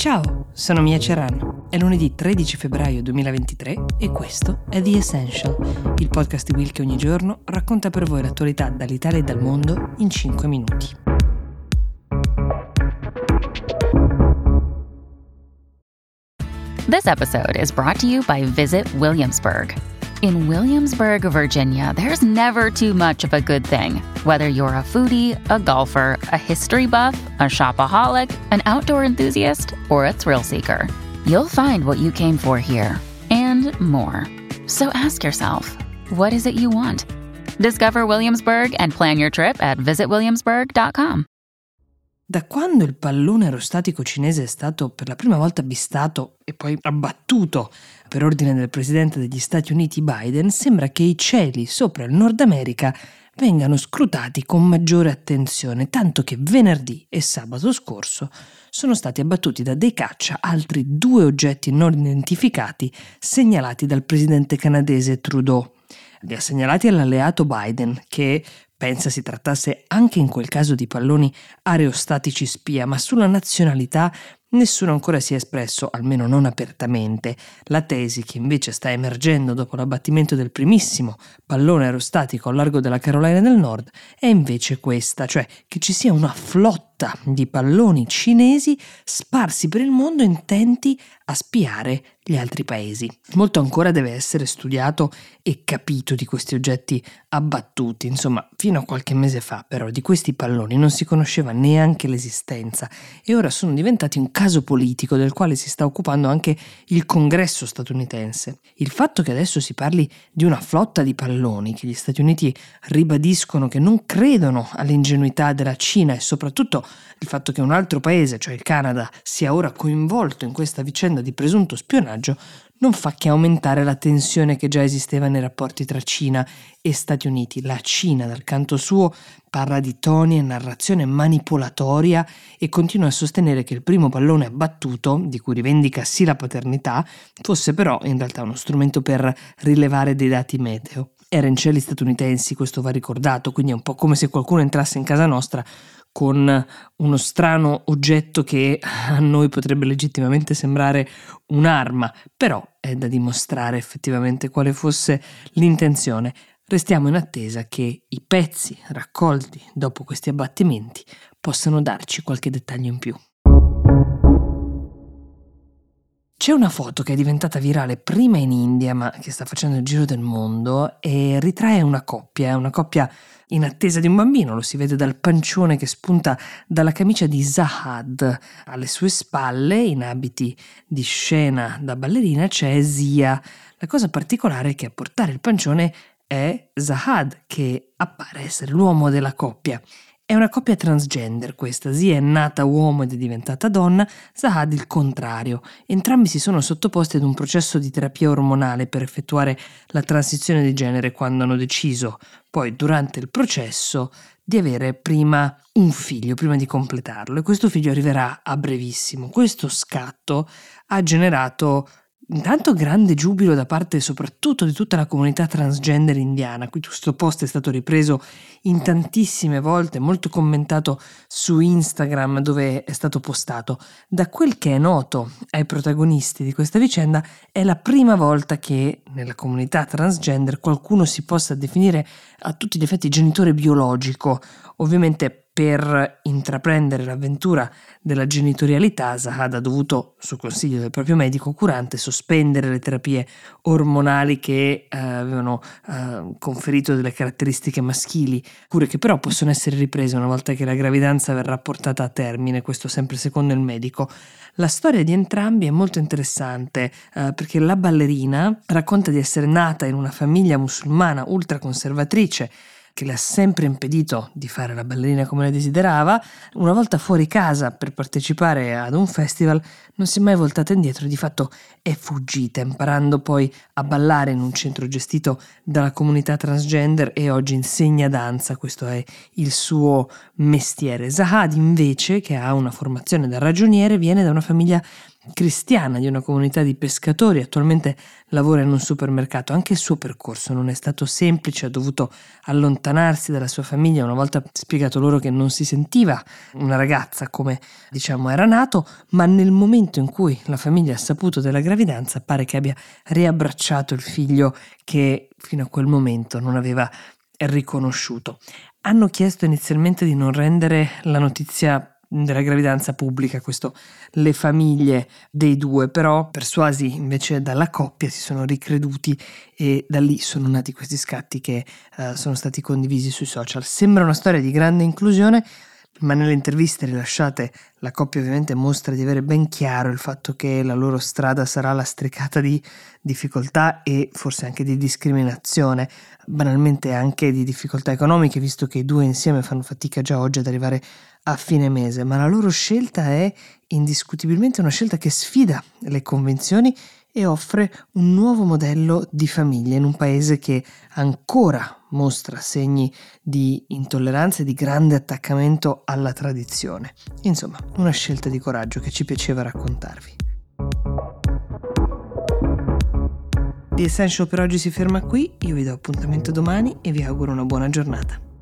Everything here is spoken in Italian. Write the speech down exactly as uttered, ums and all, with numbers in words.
Ciao, sono Mia Ceran. È lunedì tredici febbraio duemilaventitré e questo è The Essential, il podcast di Will che ogni giorno racconta per voi l'attualità dall'Italia e dal mondo in cinque minuti. This episode is brought to you by Visit Williamsburg. In Williamsburg, Virginia, there's never too much of a good thing. Whether you're a foodie, a golfer, a history buff, a shopaholic, an outdoor enthusiast, or a thrill seeker, you'll find what you came for here and more. So ask yourself, what is it you want? Discover Williamsburg and plan your trip at visit williamsburg dot com. Da quando il pallone aerostatico cinese è stato per la prima volta avvistato e poi abbattuto per ordine del presidente degli Stati Uniti Biden, sembra che i cieli sopra il Nord America vengano scrutati con maggiore attenzione, tanto che venerdì e sabato scorso sono stati abbattuti da dei caccia altri due oggetti non identificati segnalati dal presidente canadese Trudeau. Li ha segnalati all'alleato Biden, che pensa si trattasse anche in quel caso di palloni aerostatici spia, ma sulla nazionalità nessuno ancora si è espresso, almeno non apertamente. La tesi che invece sta emergendo dopo l'abbattimento del primissimo pallone aerostatico al largo della Carolina del Nord è invece questa, cioè che ci sia una flotta di palloni cinesi sparsi per il mondo intenti a spiare gli altri paesi. Molto ancora deve essere studiato e capito di questi oggetti abbattuti. Insomma, fino a qualche mese fa però di questi palloni non si conosceva neanche l'esistenza e ora sono diventati un caso politico del quale si sta occupando anche il Congresso statunitense. Il fatto che adesso si parli di una flotta di palloni, che gli Stati Uniti ribadiscono che non credono all'ingenuità della Cina e soprattutto il fatto che un altro paese, cioè il Canada, sia ora coinvolto in questa vicenda di presunto spionaggio, non fa che aumentare la tensione che già esisteva nei rapporti tra Cina e Stati Uniti. La Cina, dal canto suo, parla di toni e narrazione manipolatoria e continua a sostenere che il primo pallone abbattuto, di cui rivendica sì la paternità, fosse però in realtà uno strumento per rilevare dei dati meteo. Era in cieli statunitensi, questo va ricordato, quindi è un po' come se qualcuno entrasse in casa nostra con uno strano oggetto che a noi potrebbe legittimamente sembrare un'arma, però è da dimostrare effettivamente quale fosse l'intenzione. Restiamo in attesa che i pezzi raccolti dopo questi abbattimenti possano darci qualche dettaglio in più. C'è una foto che è diventata virale prima in India, ma che sta facendo il giro del mondo e ritrae una coppia, una coppia in attesa di un bambino, lo si vede dal pancione che spunta dalla camicia di Zahad. Alle sue spalle, in abiti di scena da ballerina, c'è Zia. La cosa particolare è che a portare il pancione è Zahad, che appare essere l'uomo della coppia. È una coppia transgender questa, Zia è nata uomo ed è diventata donna, Zahad il contrario. Entrambi si sono sottoposti ad un processo di terapia ormonale per effettuare la transizione di genere quando hanno deciso, poi durante il processo, di avere prima un figlio, prima di completarlo, e questo figlio arriverà a brevissimo. Questo scatto ha generato intanto grande giubilo da parte soprattutto di tutta la comunità transgender indiana. Qui questo post è stato ripreso in tantissime volte, molto commentato su Instagram dove è stato postato. Da quel che è noto ai protagonisti di questa vicenda è la prima volta che nella comunità transgender qualcuno si possa definire a tutti gli effetti genitore biologico. Ovviamente per intraprendere l'avventura della genitorialità, Zahad ha dovuto, su consiglio del proprio medico curante, sospendere le terapie ormonali che eh, avevano eh, conferito delle caratteristiche maschili, cure che però possono essere riprese una volta che la gravidanza verrà portata a termine, questo sempre secondo il medico. La storia di entrambi è molto interessante eh, perché la ballerina racconta di essere nata in una famiglia musulmana ultraconservatrice che le ha sempre impedito di fare la ballerina come la desiderava. Una volta fuori casa per partecipare ad un festival non si è mai voltata indietro, di fatto è fuggita, imparando poi a ballare in un centro gestito dalla comunità transgender e oggi insegna danza, questo è il suo mestiere. Zahad invece, che ha una formazione da ragioniere, viene da una famiglia cristiana di una comunità di pescatori, attualmente lavora in un supermercato. Anche il suo percorso non è stato semplice, ha dovuto allontanarsi dalla sua famiglia una volta spiegato loro che non si sentiva una ragazza come diciamo era nato, ma nel momento in cui la famiglia ha saputo della gravidanza pare che abbia riabbracciato il figlio che fino a quel momento non aveva riconosciuto. Hanno chiesto inizialmente di non rendere la notizia della gravidanza pubblica, questo le famiglie dei due, però persuasi invece dalla coppia si sono ricreduti e da lì sono nati questi scatti che uh, sono stati condivisi sui social. Sembra una storia di grande inclusione, ma nelle interviste rilasciate la coppia ovviamente mostra di avere ben chiaro il fatto che la loro strada sarà lastricata di difficoltà e forse anche di discriminazione, banalmente anche di difficoltà economiche, visto che i due insieme fanno fatica già oggi ad arrivare a fine mese, ma la loro scelta è indiscutibilmente una scelta che sfida le convenzioni e offre un nuovo modello di famiglia in un paese che ancora mostra segni di intolleranza e di grande attaccamento alla tradizione. Insomma, una scelta di coraggio che ci piaceva raccontarvi. The Essential per oggi si ferma qui, io vi do appuntamento domani e vi auguro una buona giornata.